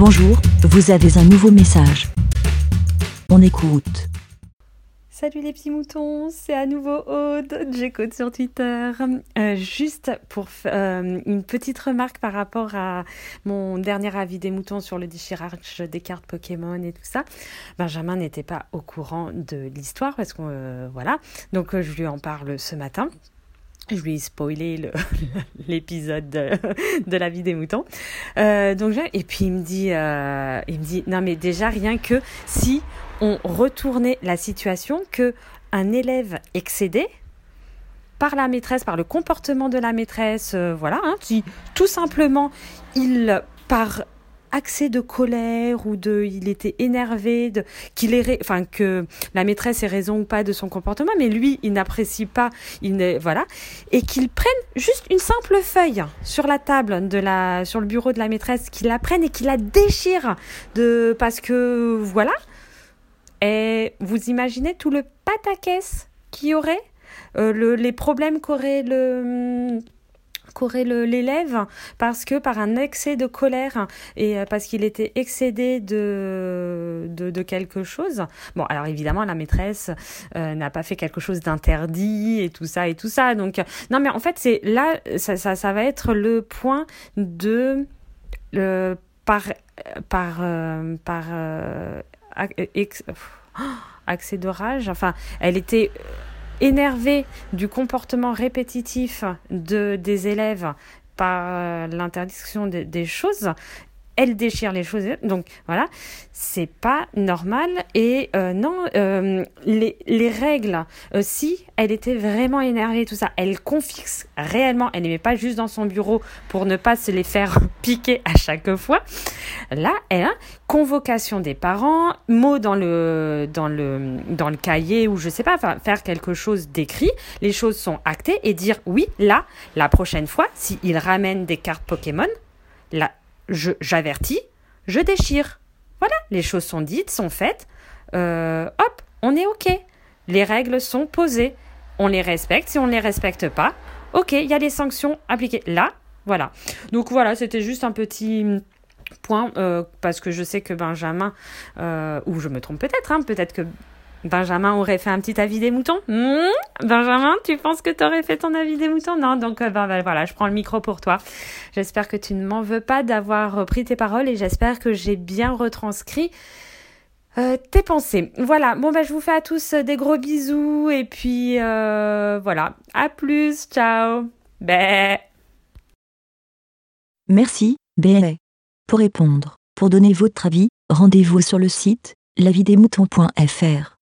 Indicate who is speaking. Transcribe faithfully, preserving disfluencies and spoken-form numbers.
Speaker 1: Bonjour, vous avez un nouveau message. On écoute.
Speaker 2: Salut les petits moutons, c'est à nouveau Aude, j'écoute sur Twitter. Euh, juste pour euh, une petite remarque par rapport à mon dernier avis des moutons sur le déchirage des cartes Pokémon et tout ça. Benjamin n'était pas au courant de l'histoire parce que euh, voilà, donc euh, je lui en parle ce matin. Je lui ai spoilé le, l'épisode de, de la vie des moutons. Euh, donc, et puis il me dit, euh, il me dit, non mais déjà rien que si on retournait la situation que un élève excédé par la maîtresse, par le comportement de la maîtresse, euh, voilà, hein, si tout simplement il par accès de colère ou de, il était énervé, de, qu'il ait, enfin que la maîtresse ait raison ou pas de son comportement, mais lui il n'apprécie pas, il n'est, voilà, et qu'il prenne juste une simple feuille sur la table de la, sur le bureau de la maîtresse, qu'il la prenne et qu'il la déchire de, parce que voilà, et vous imaginez tout le pataquès qu'il y aurait, euh, le, les problèmes qu'aurait le qu'aurait le, l'élève parce que par un excès de colère et parce qu'il était excédé de, de, de quelque chose. Bon, alors évidemment, la maîtresse euh, n'a pas fait quelque chose d'interdit et tout ça et tout ça. Donc, non, mais en fait, c'est là, ça, ça, ça va être le point de le par par euh, par euh, ex, accès de rage. Enfin, elle était énervée du comportement répétitif de, des élèves par euh, l'interdiction de, des choses, elle déchire les choses. Donc voilà, c'est pas normal. Et euh, non, euh, les, les règles, euh, si elle était vraiment énervée, tout ça, elle confixe réellement, elle ne met pas juste dans son bureau pour ne pas se les faire piquer à chaque fois. Là, elle a convocation des parents, mots dans le, dans le, dans le cahier ou je sais pas, enfin, faire quelque chose d'écrit. Les choses sont actées et dire oui, là, la prochaine fois, s'il ramène des cartes Pokémon, là, Je, j'avertis, je déchire. Voilà, les choses sont dites, sont faites. Euh, hop, on est OK. Les règles sont posées. On les respecte. Si on ne les respecte pas, OK, il y a les sanctions appliquées. Là, voilà. Donc voilà, c'était juste un petit point euh, parce que je sais que Benjamin, euh, ou je me trompe peut-être, hein, peut-être que Benjamin aurait fait un petit avis des moutons. Mmh Benjamin, tu penses que tu aurais fait ton avis des moutons? Non, donc euh, ben, ben, voilà, je prends le micro pour toi. J'espère que tu ne m'en veux pas d'avoir repris tes paroles et j'espère que j'ai bien retranscrit euh, tes pensées. Voilà, bon ben je vous fais à tous des gros bisous et puis euh, voilà, à plus, ciao. Bé.
Speaker 1: Merci, Bé. Pour répondre, pour donner votre avis, rendez-vous sur le site la vie des moutons point f r.